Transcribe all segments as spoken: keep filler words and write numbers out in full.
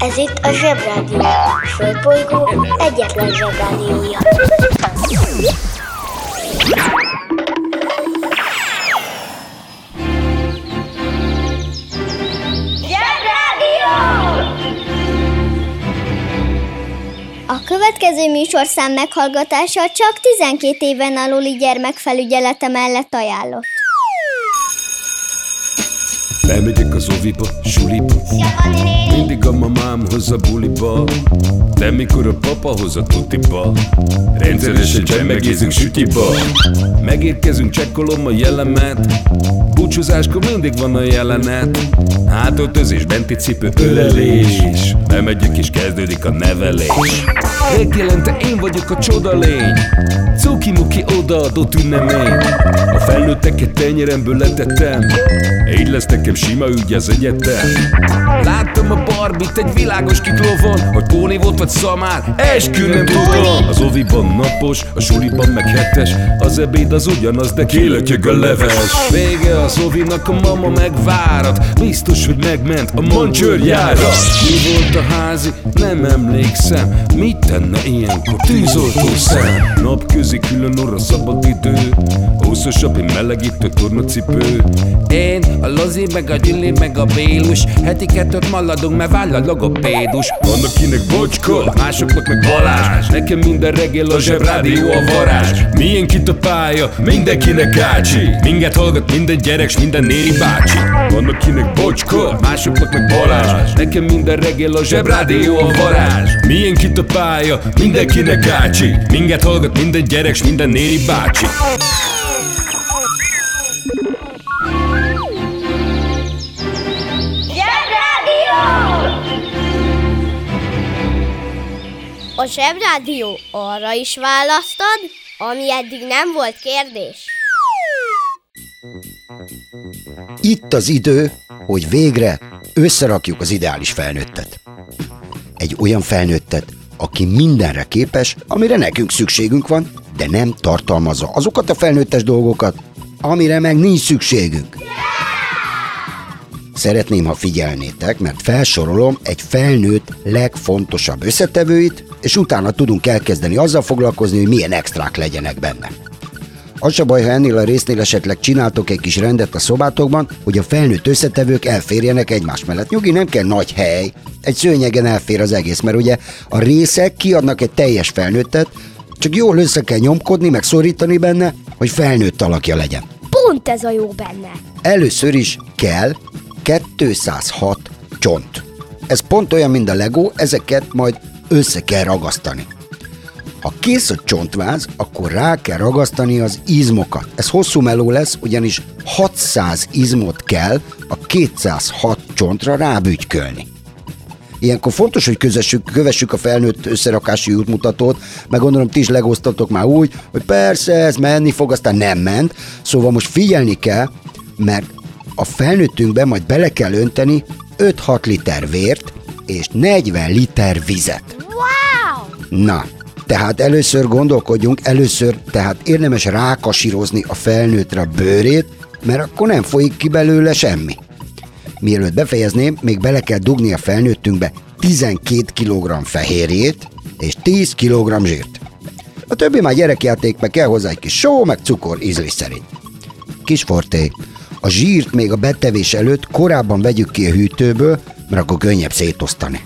Ez itt a Zsebrádió, a Földbolygó egyetlen Zsebrádiója. Zsebrádió! A következő műsorszám meghallgatása csak tizenkét éven aluli gyermekfelügyelete mellett ajánlott. Bemegyek az oviba, suliba, mindig a mamám hoz a buliba, de mikor a papa hoz a tutiba, rendszeresen csemmegézünk sütiba. Megérkezünk, csekkolom a jellemet, búcsúzáskor mindig van a jelenet. Hátöltözés, benti cipő, ölelés, bemegyek és kezdődik a nevelés. Megjelente én vagyok a csoda lény, cuki-muki odaadott ünnemény. A felnőtteket tenyeremből letettem, így lesz nekem sima ügy az egyetem. Láttam a Barbit egy világos kiklovon, hogy Póni volt vagy szamár, eskü nem tudom. Az oviban napos, a suliban meg hetes, az ebéd az ugyanaz, de kilötyög a leves. Vége az ovinak, a mama megvárat, biztos, hogy megment a mancsőrjára. Mi volt a házi? Nem emlékszem, mit tenne ilyenkor tűzoltó szem? Napközi külön orra szabad idő, húszosabb, én melegítő tornacipő. Én, a Lozi, meg a Gyüli, meg a Bélus, heti kettőt maladunk, mert váll a logopédus. Van akinek Bocska, másoknak meg Balázs, nekem minden reggel a Zsebrádió a varázs. Milyen itt a pálya, mindenkinek ácsi, minket hallgat minden gyerek, s minden néri bácsi. Van akinek Bocska, másoknak meg Balázs, nekem minden reggel a Zsebrádió a varázs. Milyen itt a pálya, mindenkinek ácsi, minket hallgat minden gyerek, s minden néri bácsi. A Zsebrádió arra is választad, ami eddig nem volt kérdés. Itt az idő, hogy végre összerakjuk az ideális felnőttet. Egy olyan felnőttet, aki mindenre képes, amire nekünk szükségünk van, de nem tartalmazza azokat a felnőttes dolgokat, amire meg nincs szükségünk. Szeretném, ha figyelnétek, mert felsorolom egy felnőtt legfontosabb összetevőit, és utána tudunk elkezdeni azzal foglalkozni, hogy milyen extrák legyenek benne. Az se baj, ha ennél a résznél esetleg csináltok egy kis rendet a szobátokban, hogy a felnőtt összetevők elférjenek egymás mellett. Nyugi, nem kell nagy hely, egy szőnyegen elfér az egész, mert ugye a részek kiadnak egy teljes felnőttet, csak jól össze kell nyomkodni, meg szorítani benne, hogy felnőtt alakja legyen. Pont ez a jó benne. Először is kell kétszázhat csont. Ez pont olyan, mint a Lego, ezeket majd össze kell ragasztani. Ha kész a csontváz, akkor rá kell ragasztani az izmokat. Ez hosszú meló lesz, ugyanis hatszáz izmot kell a kétszázhat csontra rábügykölni. Ilyenkor fontos, hogy közessük, kövessük a felnőtt összerakási útmutatót, meg gondolom ti is legoztatok már úgy, hogy persze ez menni fog, aztán nem ment. Szóval most figyelni kell, mert a felnőttünkbe majd bele kell önteni öt-hat liter vért és negyven liter vizet. Wow! Na, tehát először gondolkodjunk, először tehát érdemes rákasírozni a felnőttre a bőrét, mert akkor nem folyik ki belőle semmi. Mielőtt befejezném, még bele kell dugni a felnőttünkbe tizenkét kilogramm fehérjét és tíz kilogramm zsírt. A többi már gyerekjáték, meg kell hozzá egy kis só, meg cukor ízlés szerint. Kis forté, a zsírt még a betevés előtt korábban vegyük ki a hűtőből, mert akkor könnyebb szétosztani.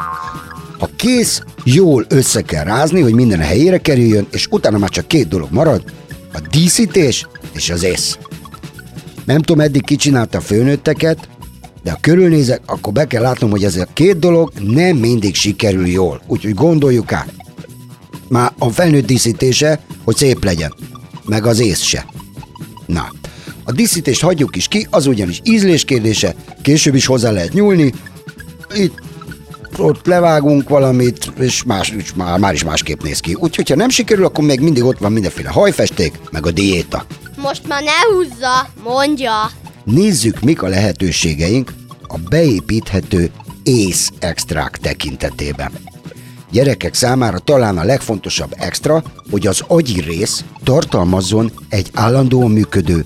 Ha kész, jól össze kell rázni, hogy minden a helyére kerüljön, és utána már csak két dolog marad, a díszítés és az ész. Nem tudom, eddig ki csinálta a főnőtteket, de ha körülnézek, akkor be kell látnom, hogy ez a két dolog nem mindig sikerül jól, úgyhogy gondoljuk át. Már a felnőtt díszítése, hogy szép legyen, meg az ész se. Na, a díszítést hagyjuk is ki, az ugyanis ízlés kérdése, később is hozzá lehet nyúlni, itt ott levágunk valamit, és más, már, már is másképp néz ki. Úgyhogy ha nem sikerül, akkor még mindig ott van mindenféle hajfesték, meg a diéta. Most már ne húzza, mondja. Nézzük, mik a lehetőségeink a beépíthető ész extrák tekintetében. Gyerekek számára talán a legfontosabb extra, hogy az agyi rész tartalmazzon egy állandóan működő,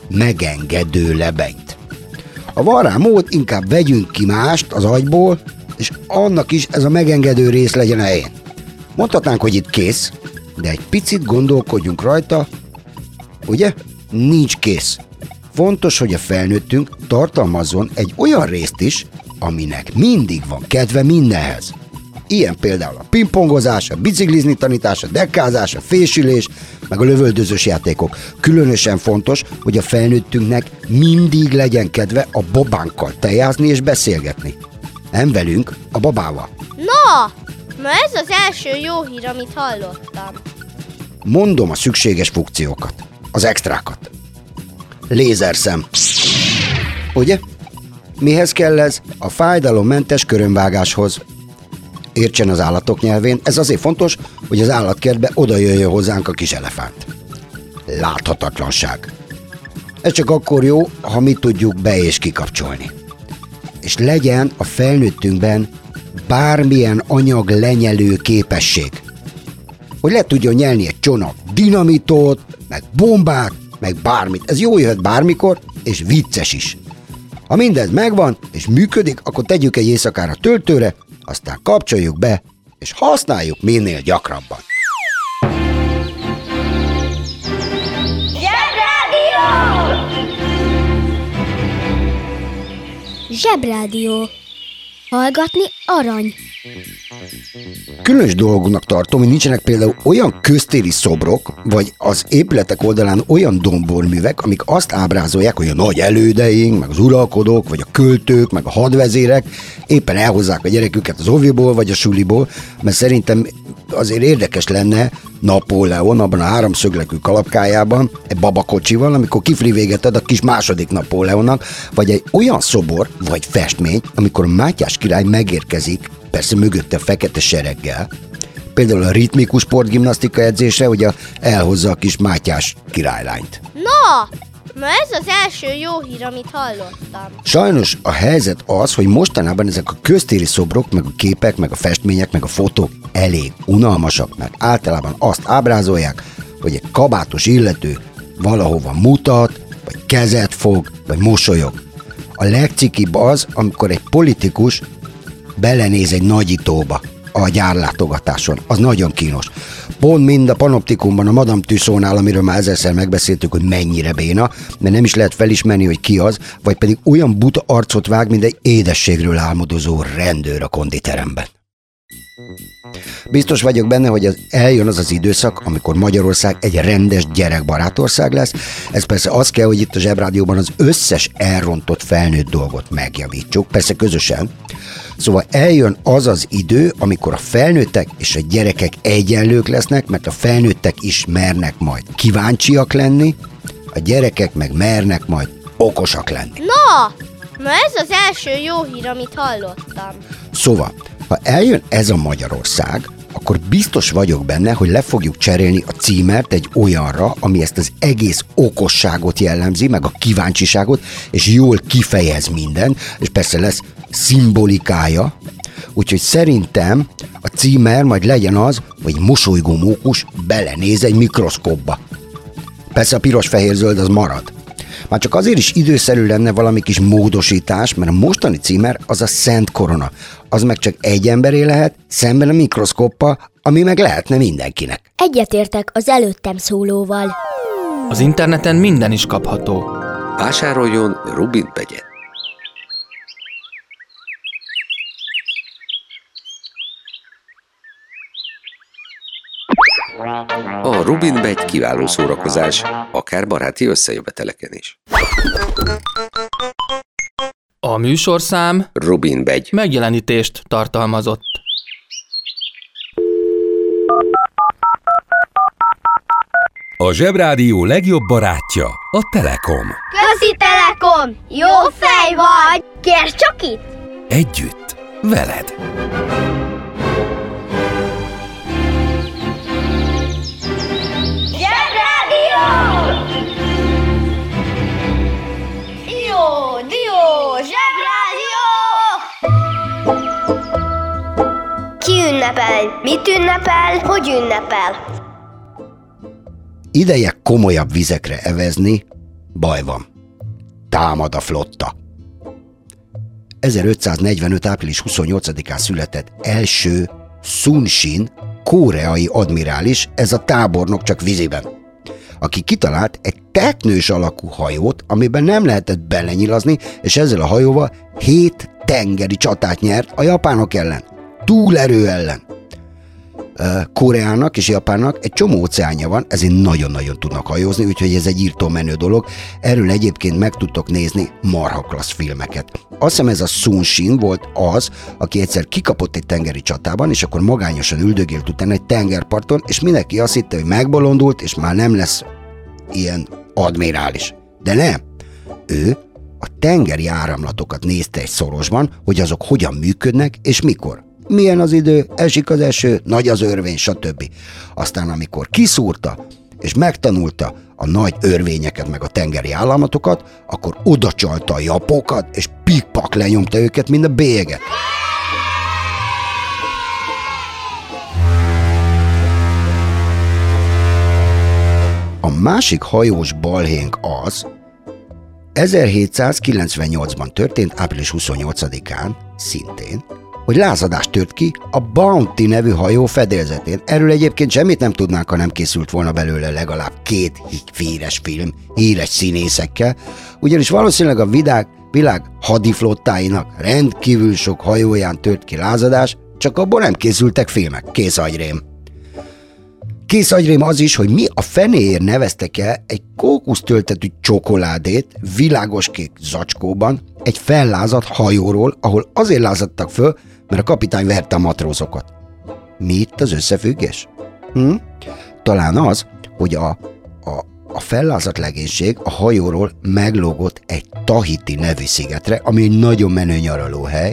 megengedő lebenyt. Ha van rá mód, inkább vegyünk ki mást az agyból, és annak is ez a megengedő rész legyen a helyén. Mondhatnánk, hogy itt kész, de egy picit gondolkodjunk rajta, ugye? Nincs kész. Fontos, hogy a felnőttünk tartalmazzon egy olyan részt is, aminek mindig van kedve mindenhez. Ilyen például a pingpongozás, a biciklizni tanítás, a dekkázás, a fésülés, meg a lövöldözős játékok. Különösen fontos, hogy a felnőttünknek mindig legyen kedve a babánkkal tejázni és beszélgetni. Nem velünk, a babával. Na, na ez az első jó hír, amit hallottam. Mondom a szükséges funkciókat, az extrákat. Lézerszem. Ugye? Mihez kell ez? A fájdalommentes körömvágáshoz. Értsen az állatok nyelvén, ez azért fontos, hogy az állatkertbe oda jöjjön hozzánk a kis elefánt. Láthatatlanság. Ez csak akkor jó, ha mi tudjuk be- és kikapcsolni. És legyen a felnőttünkben bármilyen anyag lenyelő képesség. Hogy le tudjon nyelni egy csomag dinamitot, meg bombát, meg bármit. Ez jó jöhet bármikor, és vicces is. Ha mindez megvan, és működik, akkor tegyük egy éjszakára töltőre, aztán kapcsoljuk be, és használjuk minél gyakrabban. Zsebrádió! Zsebrádió. Hallgatni arany. Különös dolognak tartom, hogy nincsenek például olyan köztéri szobrok, vagy az épületek oldalán olyan domborművek, amik azt ábrázolják, hogy a nagy elődeink, meg az uralkodók, vagy a költők, meg a hadvezérek éppen elhozzák a gyereküket az oviból, vagy a suliból, mert szerintem azért érdekes lenne Napóleon abban a háromszöglekű kalapkájában, egy babakocsival, amikor kifrivéget ad a kis második Napóleonnak, vagy egy olyan szobor, vagy festmény, amikor Mátyás király megérkezik, persze mögötte a fekete sereggel, például a ritmikus sportgimnasztika edzése, hogy elhozza a kis Mátyás királylányt. Na, na ez az első jó hír, amit hallottam. Sajnos a helyzet az, hogy mostanában ezek a köztéri szobrok, meg a képek, meg a festmények, meg a fotók elég unalmasak, mert általában azt ábrázolják, hogy egy kabátos illető valahova mutat, vagy kezet fog, vagy mosolyog. A legcikibb az, amikor egy politikus belenéz egy nagyítóba a gyárlátogatáson. Az nagyon kínos. Pont mind a Panoptikumban, a Madame Tussaudsnál, amiről már ezerszer megbeszéltük, hogy mennyire béna, mert nem is lehet felismerni, hogy ki az, vagy pedig olyan buta arcot vág, mint egy édességről álmodozó rendőr a konditeremben. Biztos vagyok benne, hogy az eljön az az időszak, amikor Magyarország egy rendes gyerekbarát ország lesz. Ez persze az kell, hogy itt a Zsebrádióban az összes elrontott felnőtt dolgot megjavítsuk, persze közösen. Szóval eljön az az idő, amikor a felnőttek és a gyerekek egyenlők lesznek, mert a felnőttek is mernek majd kíváncsiak lenni, a gyerekek meg mernek majd okosak lenni. Na, na ez az első jó hír, amit hallottam. Szóval, ha eljön ez a Magyarország, akkor biztos vagyok benne, hogy le fogjuk cserélni a címert egy olyanra, ami ezt az egész okosságot jellemzi, meg a kíváncsiságot, és jól kifejez minden, és persze lesz szimbolikája, úgyhogy szerintem a címer majd legyen az, hogy mosolygó mókus belenéz egy mikroszkópba. Persze a piros-fehér-zöld az marad. Már csak azért is időszerű lenne valami kis módosítás, mert a mostani címer az a Szent Korona. Az meg csak egy emberé lehet, szemben a mikroszkóppal, ami meg lehetne mindenkinek. Egyetértek az előttem szólóval. Az interneten minden is kapható. Vásároljon Rubin Begyet. A Rubin Begy kiváló szórakozás, akár baráti összejöveteleken is. A műsorszám Rubin Begy megjelenítést tartalmazott. A Zsebrádió legjobb barátja a Telekom. Köszi Telekom! Jó fej vagy! Kérd csak itt! Együtt, veled. Zsebrádió! Jó, dió, Zsebrádió! Ki ünnepel? Mit ünnepel? Hogy ünnepel? Ideje komolyabb vizekre evezni, baj van. Támad a flotta. ezerötszáznegyvenöt. április huszonnyolcadikán született első Sun Shin koreai admirális, ez a tábornok csak víziben, aki kitalált egy teknős alakú hajót, amiben nem lehetett belenyilazni, és ezzel a hajóval hét tengeri csatát nyert a japánok ellen, túlerő ellen. Koreának és Japánnak egy csomó óceánja van, ezért nagyon-nagyon tudnak hajózni, úgyhogy ez egy írtó menő dolog. Erről egyébként meg tudtok nézni marha klassz filmeket. Azt hiszem ez a Sun Shin volt az, aki egyszer kikapott egy tengeri csatában, és akkor magányosan üldögélt utána egy tengerparton, és mindenki azt hitte, hogy megbolondult, és már nem lesz ilyen admirális. De nem. Ő a tengeri áramlatokat nézte egy szorosban, hogy azok hogyan működnek, és mikor. Milyen az idő, esik az eső, nagy az örvény, stb. Aztán amikor kiszúrta, és megtanulta a nagy örvényeket, meg a tengeri államatokat, akkor odacsalta a japokat, és pikpak lenyomta őket, mint a bélyeget. A másik hajós balhénk az, ezerhétszázkilencvennyolcban történt, április huszonnyolcadikán szintén, hogy lázadás tört ki a Bounty nevű hajó fedélzetén. Erről egyébként semmit nem tudnánk, ha nem készült volna belőle legalább két híres film, híres színészekkel, ugyanis valószínűleg a világ, világ hadiflottáinak rendkívül sok hajóján tört ki lázadás, csak abból nem készültek filmek. Kész agyrém. Kész agyrém az is, hogy mi a fenéért neveztek el egy kókusztöltetű csokoládét világoskék zacskóban egy fellázadt hajóról, ahol azért lázadtak föl, mert a kapitány verte a matrózokat. Mi itt az összefüggés? Hm? Talán az, hogy a, a, a fellázadt legénység a hajóról meglógott egy Tahiti nevű szigetre, ami egy nagyon menő nyaralóhely,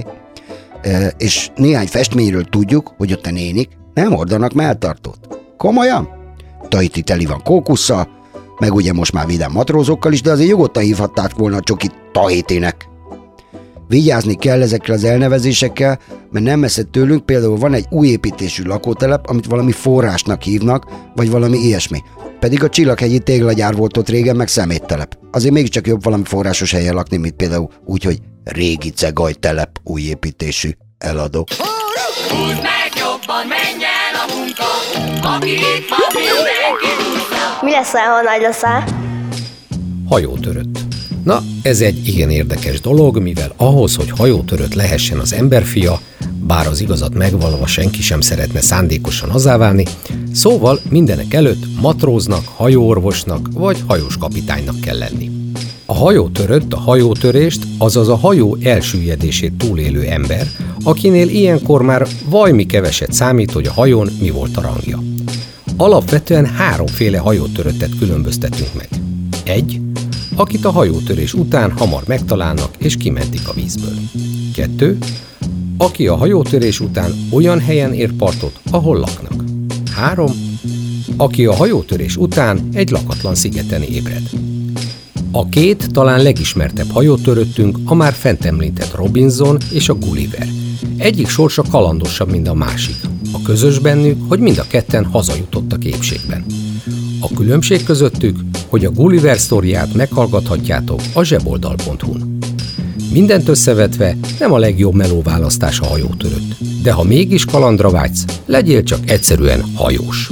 és néhány festményről tudjuk, hogy ott a nénik nem hordanak melltartót. Komolyan? Tahiti teli van kókusszal, meg ugye most már vidám matrózokkal is, de azért nyugodtan hívhatták volna a csokit Tahitinek. Vigyázni kell ezekkel az elnevezésekkel, mert nem messze tőlünk például van egy új építésű lakótelep, amit valami forrásnak hívnak, vagy valami ilyesmi. Pedig a Csillaghegyi téglagyár volt ott régen, meg szeméttelep. Azért mégiscsak jobb valami forrásos helyen lakni, mint például úgy, hogy régi cegajtelep, új építésű, eladó. Húzd meg jobban, menj el a munka, aki itt van, mindenki húzza. Mi lesz, ha nagy leszel? Hajótörött. Na, ez egy igen érdekes dolog, mivel ahhoz, hogy hajótörött lehessen az emberfia, bár az igazat megvalva senki sem szeretne szándékosan hazáválni, szóval mindenek előtt matróznak, hajóorvosnak vagy hajós kapitánynak kell lenni. A hajótörött a hajótörést, azaz a hajó elsüllyedését túlélő ember, akinél ilyenkor már vajmi keveset számít, hogy a hajón mi volt a rangja. Alapvetően háromféle hajótöröttet különböztetünk meg. Egy, akit a hajótörés után hamar megtalálnak és kimentik a vízből. Kettő, aki a hajótörés után olyan helyen ér partot, ahol laknak. Három, aki a hajótörés után egy lakatlan szigeten ébred. A két talán legismertebb hajótöröttünk a már fent említett Robinson és a Gulliver. Egyik sorsa kalandosabb, mint a másik. A közös bennük, hogy mind a ketten hazajutottak épségben. A különbség közöttük, hogy a Gulliver sztoriát meghallgathatjátok a zseboldal pont hu-n. Mindent összevetve nem a legjobb melóválasztás a hajótörött, de ha mégis kalandra vágysz, legyél csak egyszerűen hajós.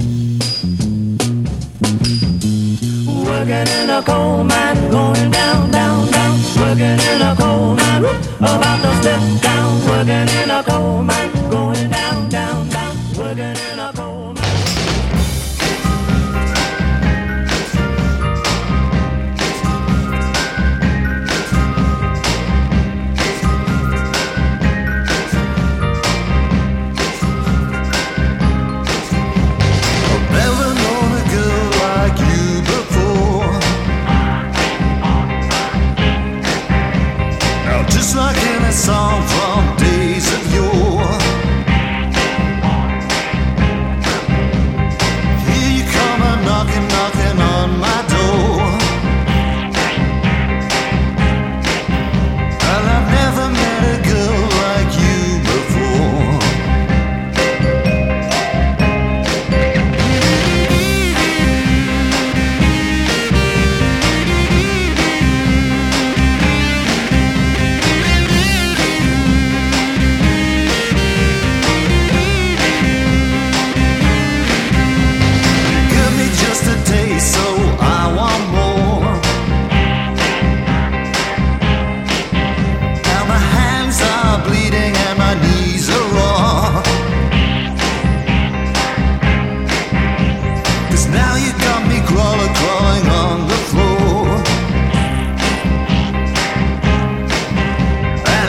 Working in a coal mine, going down, down, down. Working in a coal mine, about to step down. Working in a coal mine, going down, down, down. Working in a coal mine. Song from days of yore. Here you come a knocking, knocking on my door. Well, I've never met a girl like you before.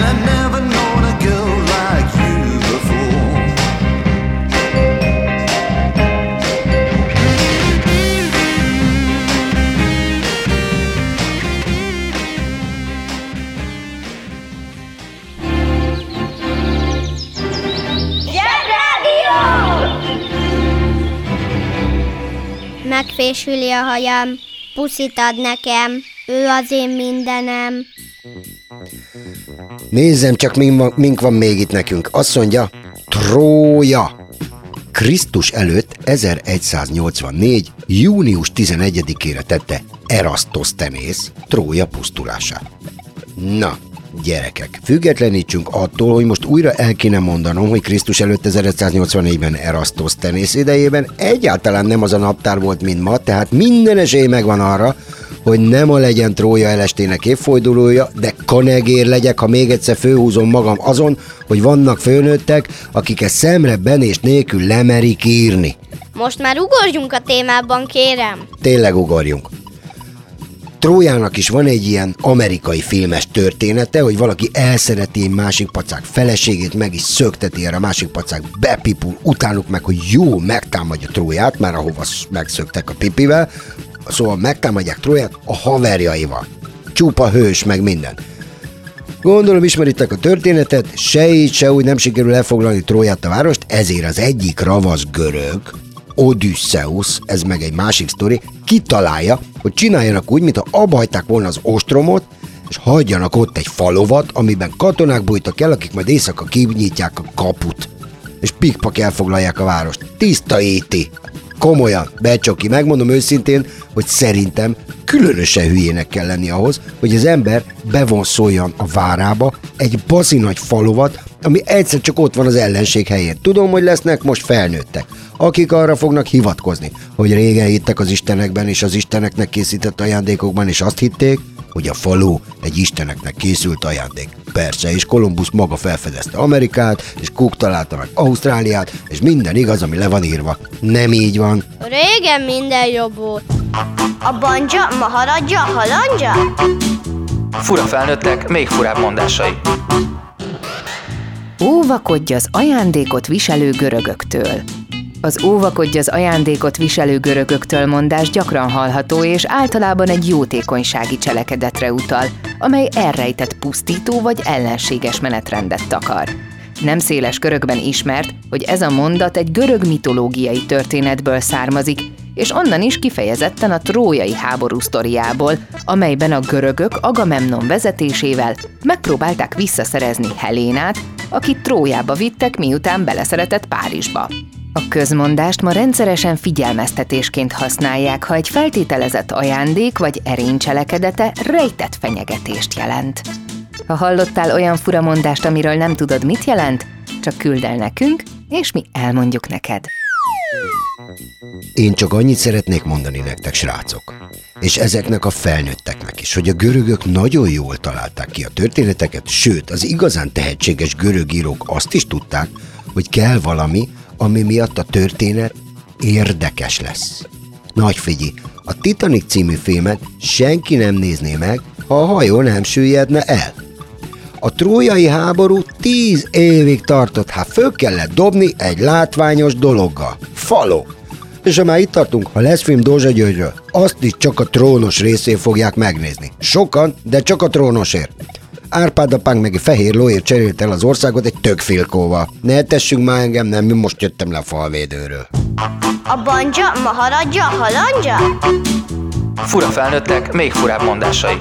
I've never known a girl like you before. Megfésüli a hajam, puszit ad nekem, ő az én mindenem. Nézzem csak, mink van, mink van még itt nekünk. Azt mondja, Trója. Krisztus előtt ezeregyszáznyolcvannégy. június tizenegyedikére tette Erasztosztenész Trója pusztulását. Na, gyerekek, függetlenítsünk attól, hogy most újra el kéne mondanom, hogy Krisztus előtt ezeregyszáznyolcvannégyben Erasztosztenész idejében egyáltalán nem az a naptár volt, mint ma, tehát minden esély megvan arra, hogy nem a legyen Trója elestének évfordulója, de kanegér legyek, ha még egyszer főhúzom magam azon, hogy vannak főnőttek, akik ezt szemre benés nélkül lemerik írni. Most már ugorjunk a témában, kérem. Tényleg ugorjunk. Trójának is van egy ilyen amerikai filmes története, hogy valaki elszereti egy másik pacák feleségét, meg is szökteti, erre a másik pacák bepipul, utánuk meg, hogy jó, megtámadja Tróját, már ahova megszöktek a pipivel, szóval megtámadják Tróját a haverjaival. Csupa hős, meg minden. Gondolom ismeritek a történetet, se így, se úgy nem sikerül elfoglalni Tróját a várost, ezért az egyik ravasz görög, Odysseus, ez meg egy másik sztori, kitalálja, hogy csináljanak úgy, mintha abba hagyták volna az ostromot, és hagyjanak ott egy falovat, amiben katonák bújtak el, akik majd éjszaka kinyitják a kaput, és pikpak elfoglalják a várost. Tiszta éti. Komolyan, becsoki, megmondom őszintén, hogy szerintem különösen hülyének kell lenni ahhoz, hogy az ember bevonszoljon a várába egy bazinagy falovat, ami egyszer csak ott van az ellenség helyén. Tudom, hogy lesznek most felnőttek, akik arra fognak hivatkozni, hogy régen hittek az istenekben és az isteneknek készített ajándékokban, és azt hitték, hogy a falu egy isteneknek készült ajándék. Persze, és Kolumbusz maga felfedezte Amerikát, és Cook találta meg Ausztráliát, és minden igaz, ami le van írva. Nem így van. Régen minden jobb volt. A banja, maharadja, halandja? Fura felnőttek, még furább mondásai. Óvakodj az ajándékot viselő görögöktől. Az óvakodj az ajándékot viselő görögöktől mondás gyakran hallható, és általában egy jótékonysági cselekedetre utal, amely elrejtett pusztító vagy ellenséges menetrendet takar. Nem széles körökben ismert, hogy ez a mondat egy görög mitológiai történetből származik, és onnan is kifejezetten a trójai háború sztoriából, amelyben a görögök Agamemnon vezetésével megpróbálták visszaszerezni Helénát, akit Trójába vittek, miután beleszeretett Párizsba. A közmondást ma rendszeresen figyelmeztetésként használják, ha egy feltételezett ajándék vagy erény cselekedete rejtett fenyegetést jelent. Ha hallottál olyan furamondást, amiről nem tudod, mit jelent, csak küld el nekünk, és mi elmondjuk neked. Én csak annyit szeretnék mondani nektek, srácok, és ezeknek a felnőtteknek is, hogy a görögök nagyon jól találták ki a történeteket, sőt, az igazán tehetséges görög írók azt is tudták, hogy kell valami, ami miatt a történet érdekes lesz. Nagy figyelj, a Titanic című filmet senki nem nézné meg, ha a hajó nem süllyedne el. A trójai háború tíz évig tartott, hát föl kellett dobni egy látványos dologgal. Faló. És ha már itt tartunk, ha lesz film Dózsa Györgyről, azt is csak a trónos részén fogják megnézni. Sokan, de csak a trónosért. Árpád apánk meg egy fehér lóért cserélt el az országot egy tökfilkóval. Ne tessünk már engem, nem, most jöttem le a falvédőről. A banja, maharadja, halandja? Fura felnőttek, még furább mondásai.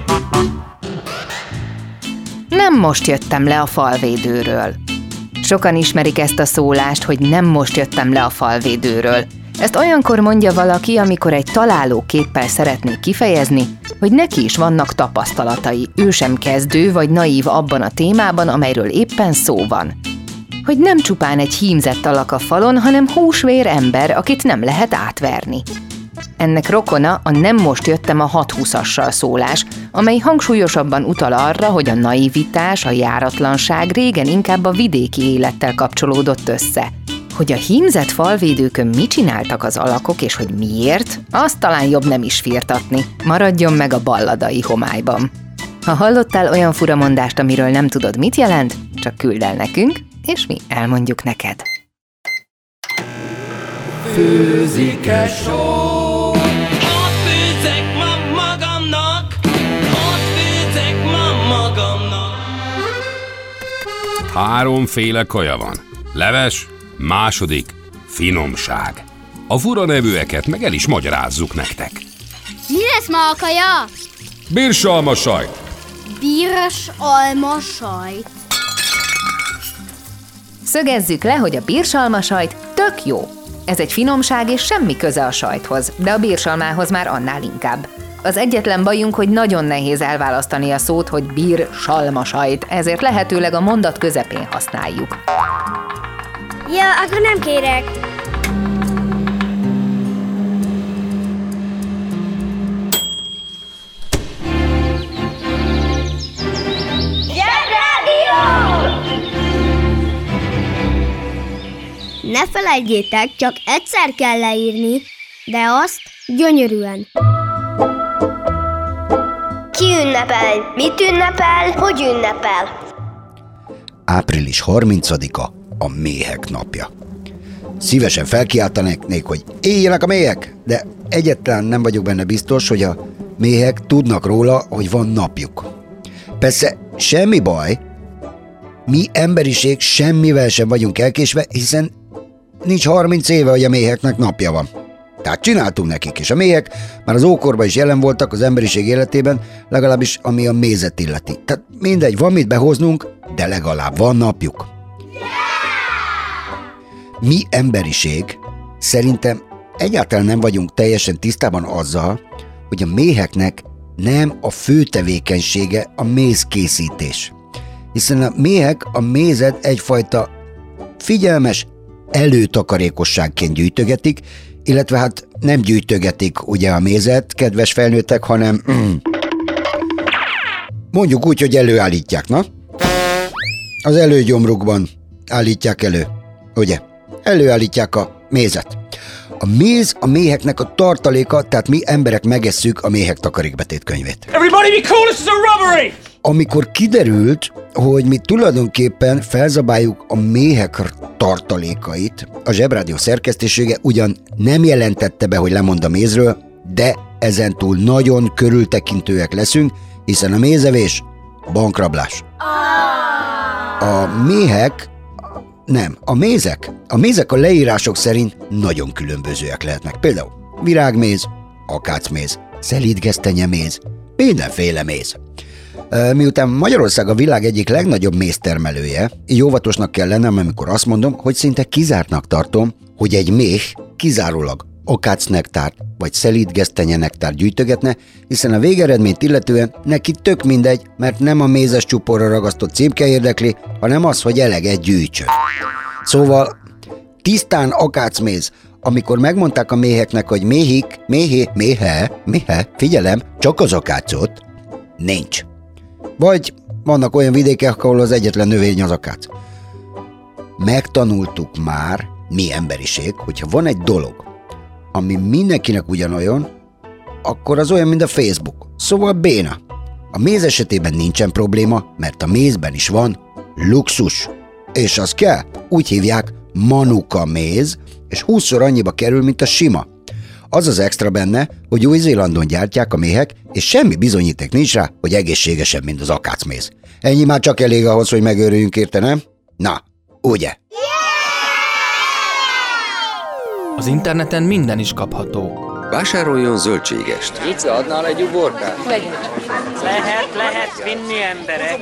Nem most jöttem le a falvédőről. Sokan ismerik ezt a szólást, hogy nem most jöttem le a falvédőről. Ezt olyankor mondja valaki, amikor egy találó képpel szeretné kifejezni, hogy neki is vannak tapasztalatai, ő sem kezdő vagy naív abban a témában, amelyről éppen szó van. Hogy nem csupán egy hímzett alak a falon, hanem húsvér ember, akit nem lehet átverni. Ennek rokona a nem most jöttem a hathúszassal szólás, amely hangsúlyosabban utal arra, hogy a naivitás, a járatlanság régen inkább a vidéki élettel kapcsolódott össze. Hogy a hímzett falvédőkön mit csináltak az alakok, és hogy miért, azt talán jobb nem is firtatni. Maradjon meg a balladai homályban. Ha hallottál olyan furamondást, amiről nem tudod, mit jelent, csak küld el nekünk, és mi elmondjuk neked. Főzik-e só? Ott főzek ma magamnak, ott főzek ma magamnak. Háromféle kaja van. Leves, második, finomság. A fura nevűeket meg el is magyarázzuk nektek. Mi lesz ma a kaja? Birsalma sajt. Bírs alma sajt. Szögezzük le, hogy a birsalma sajt tök jó. Ez egy finomság és semmi köze a sajthoz, de a birsalmához már annál inkább. Az egyetlen bajunk, hogy nagyon nehéz elválasztani a szót, hogy bír-salma sajt, ezért lehetőleg a mondat közepén használjuk. Ja, akkor nem kérek. Ne felejtjétek, csak egyszer kell leírni, de azt gyönyörűen. Ki ünnepel? Mit ünnepel? Hogy ünnepel? április harmincadika a méhek napja. Szívesen felkiáltanék, hogy éljenek a méhek, de egyáltalán nem vagyok benne biztos, hogy a méhek tudnak róla, hogy van napjuk. Persze semmi baj, mi emberiség semmivel sem vagyunk elkésve, hiszen nincs harminc éve, hogy a méheknek napja van. Tehát csináltunk nekik, és a méhek már az ókorban is jelen voltak az emberiség életében, legalábbis ami a mézet illeti. Tehát mindegy, van mit behoznunk, de legalább van napjuk. Mi emberiség szerintem egyáltalán nem vagyunk teljesen tisztában azzal, hogy a méheknek nem a fő tevékenysége a mézkészítés. Hiszen a méhek a mézet egyfajta figyelmes előtakarékosságként gyűjtögetik, illetve hát nem gyűjtögetik ugye a mézet, kedves felnőttek, hanem mm, mondjuk úgy, hogy előállítják, na? Az előgyomrukban állítják elő, ugye? Előállítják a mézet. A méz a méheknek a tartaléka, tehát mi emberek megesszük a méhek takarékbetét könyvét. Everybody be cool, this is a robbery! Amikor kiderült, hogy mi tulajdonképpen felzabáljuk a méhek tartalékait, a Zsebrádió szerkesztősége ugyan nem jelentette be, hogy lemond a mézről, de ezentúl nagyon körültekintőek leszünk, hiszen a mézevés bankrablás. A méhek, nem, a mézek, a mézek a leírások szerint nagyon különbözőek lehetnek. Például virágméz, akácméz, szelídgesztenyeméz, mindenféle méz. Miután Magyarország a világ egyik legnagyobb méztermelője, így óvatosnak kell lennem, amikor azt mondom, hogy szinte kizártnak tartom, hogy egy méh kizárólag akácnektárt vagy szelídgesztenye nektárt gyűjtögetne, hiszen a végeredményt illetően neki tök mindegy, mert nem a mézes csuporra ragasztott címke érdekli, hanem az, hogy eleget gyűjtsön. Szóval tisztán akácméz, amikor megmondták a méheknek, hogy méhik, méhé, méhe, méhe, figyelem, csak az akácot, nincs. Vagy vannak olyan vidékek, ahol az egyetlen növény az akác. Megtanultuk már, mi emberiség, hogyha van egy dolog, ami mindenkinek ugyanolyan, akkor az olyan, mint a Facebook. Szóval béna. A méz esetében nincsen probléma, mert a mézben is van luxus. És az kell. Úgy hívják manuka méz, és húszszor annyiba kerül, mint a sima. Az az extra benne, hogy Új-Zélandon gyártják a méhek, és semmi bizonyíték nincs rá, hogy egészségesebb, mint az akácméz. Ennyi már csak elég ahhoz, hogy megőrüljünk érte, nem? Na, ugye? Az interneten minden is kapható. Vásároljon zöldségest. Ica, adnál egy uborkát? Lehet, lehet vinni emberek.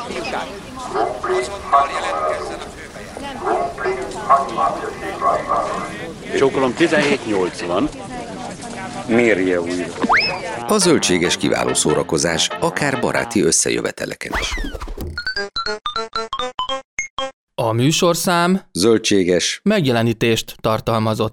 Csókolom tizenhét nyolcvan. Mérje újra. A zöldséges kiváló szórakozás, akár baráti összejöveteleken is. A műsorszám zöldséges megjelenítést tartalmazott.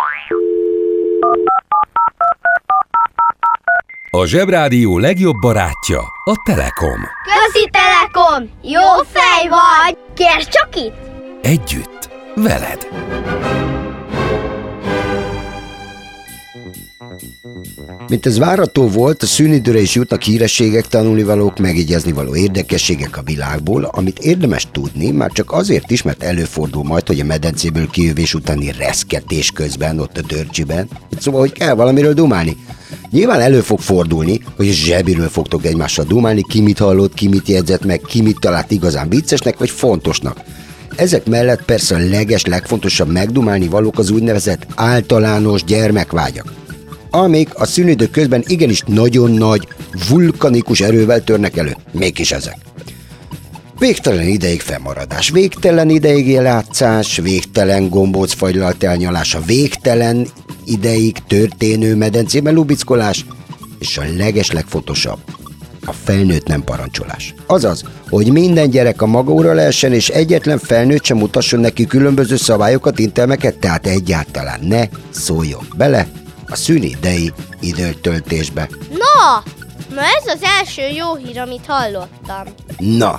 A Zsebrádió legjobb barátja a Telekom. Köszi Telekom! Jó fej vagy! Kérd csak itt! Együtt, veled! Mint ez várható volt, a szünidőre is jutnak hírességek, tanulnivalók, megigyezni való érdekességek a világból, amit érdemes tudni, már csak azért is, mert előfordul majd, hogy a medencéből kijövés utáni reszketés közben, ott a dörcsiben. Szóval, hogy kell valamiről dumálni. Nyilván elő fog fordulni, hogy zsebiről fogtok egymással dumálni, ki mit hallott, ki mit jegyzett meg, ki mit talált igazán viccesnek vagy fontosnak. Ezek mellett persze a leges, legfontosabb megdumálni valók az úgynevezett általános gyermekvágyak, amik a szünidő közben igenis nagyon nagy, vulkanikus erővel törnek elő. Mégis ezek. Végtelen ideig fennmaradás, végtelen ideig játszás, végtelen gombócfagylalt elnyalása, végtelen ideig történő medencében lubickolás, és a leges legfontosabb, a felnőtt nem parancsolás. Azaz, hogy minden gyerek a maga ura lehessen, és egyetlen felnőtt sem mutasson neki különböző szabályokat, intelmeket, tehát egyáltalán ne szóljon bele a szünidei időtöltésbe. Na, na ez az első jó hír, amit hallottam. Na,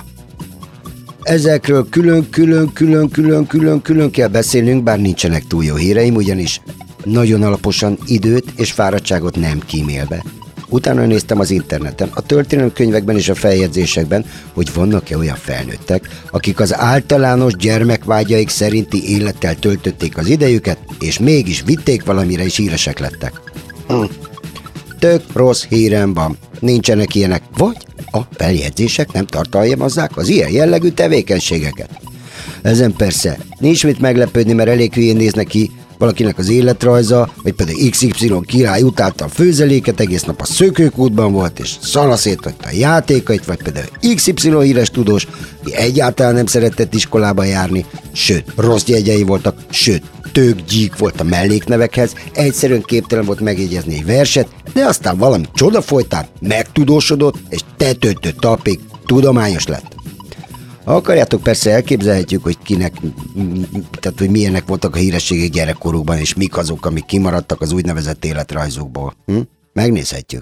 ezekről külön-külön-külön-külön-külön-külön kell beszélnünk, bár nincsenek túl jó híreim, ugyanis nagyon alaposan időt és fáradtságot nem kímélve. Utána néztem az interneten, a történelemkönyvekben és a feljegyzésekben, hogy vannak-e olyan felnőttek, akik az általános gyermekvágyaik szerinti élettel töltötték az idejüket, és mégis vitték valamire is híresek lettek. Hm. Tök rossz hírem van, nincsenek ilyenek, vagy a feljegyzések nem tartalmazzák az ilyen jellegű tevékenységeket. Ezen persze nincs mit meglepődni, mert elég hülyén néznek ki valakinek az életrajza, vagy pedig iksz ipszilon király utálta a főzeléket, egész nap a szökőkútban volt, és szanaszéthagyta a játékait, vagy például iksz ipszilon híres tudós, aki egyáltalán nem szeretett iskolába járni, sőt, rossz jegyei voltak, sőt, tök gyík volt a melléknevekhez, egyszerűen képtelen volt megjegyezni egy verset, de aztán valami csoda folytán megtudósodott, és tetőtől talpig tudományos lett. Ha akarjátok, persze elképzelhetjük, hogy kinek, tehát hogy milyenek voltak a hírességek gyerekkorukban, és mik azok, amik kimaradtak az úgynevezett életrajzokból. Hm? Megnézhetjük.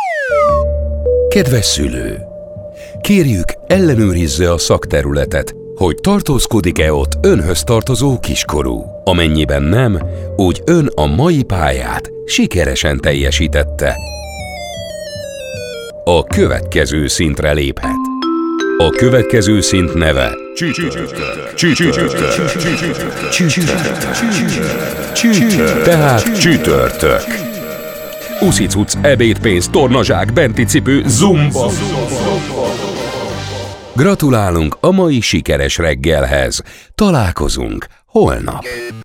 Kedves szülő! Kérjük, ellenőrizze a szakterületet, hogy tartózkodik-e ott önhöz tartozó kiskorú. Amennyiben nem, úgy ön a mai pályát sikeresen teljesítette. A következő szintre léphet. A következő szint neve Csütörtök. Csütörtök. Csütörtök. Tehát csütörtök. Uszicuc, ebédpénz, tornazsák, benti cipő, zumba. Gratulálunk a mai sikeres reggelhez. Találkozunk holnap.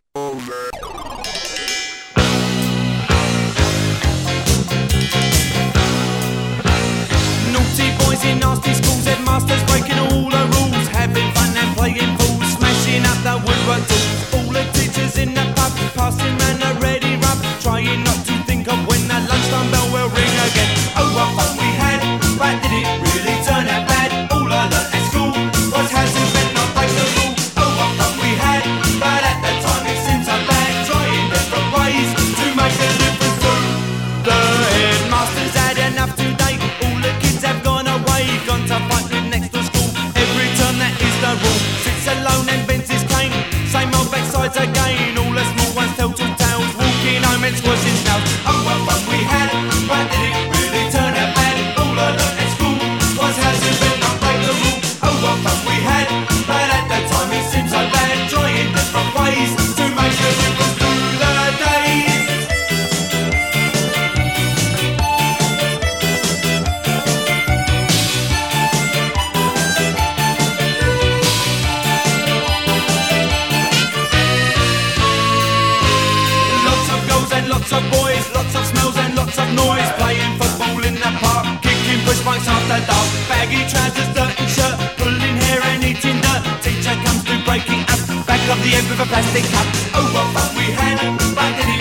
Masters breaking all the rules, having fun and playing fools, smashing up the woodwork tools. All the teachers in the pub, passing round the ready rub, trying not to think of when the lunchtime bell will ring again. Oh, what fun we had, but did it really turn out bad? All I learnt at school was how to bend, not break the rule. Oh, what fun we had, but at the time it seemed so bad, trying different ways to make a difference too. The headmasters had enough today, all the kids have gone away, gone to fight with next to school. Every term that is the rule, sits alone and bends his cane, same old backsides again, all the small ones tell two tales, walking home and squashing snails. Oh, what fun we had, but did it really turn out bad? All I learnt at school was how to bend, not break the rule. Oh, what fun we had, but at the time it seemed so bad, trying different ways to make a difference through the days. Lots of boys, lots of smells and lots of noise, playing football in the park, kicking push bikes after dark, baggy trousers, dirty shirt, pulling hair and eating dirt. Teacher comes to break it up, back of the end with a plastic cup. Oh, what fun we had, but did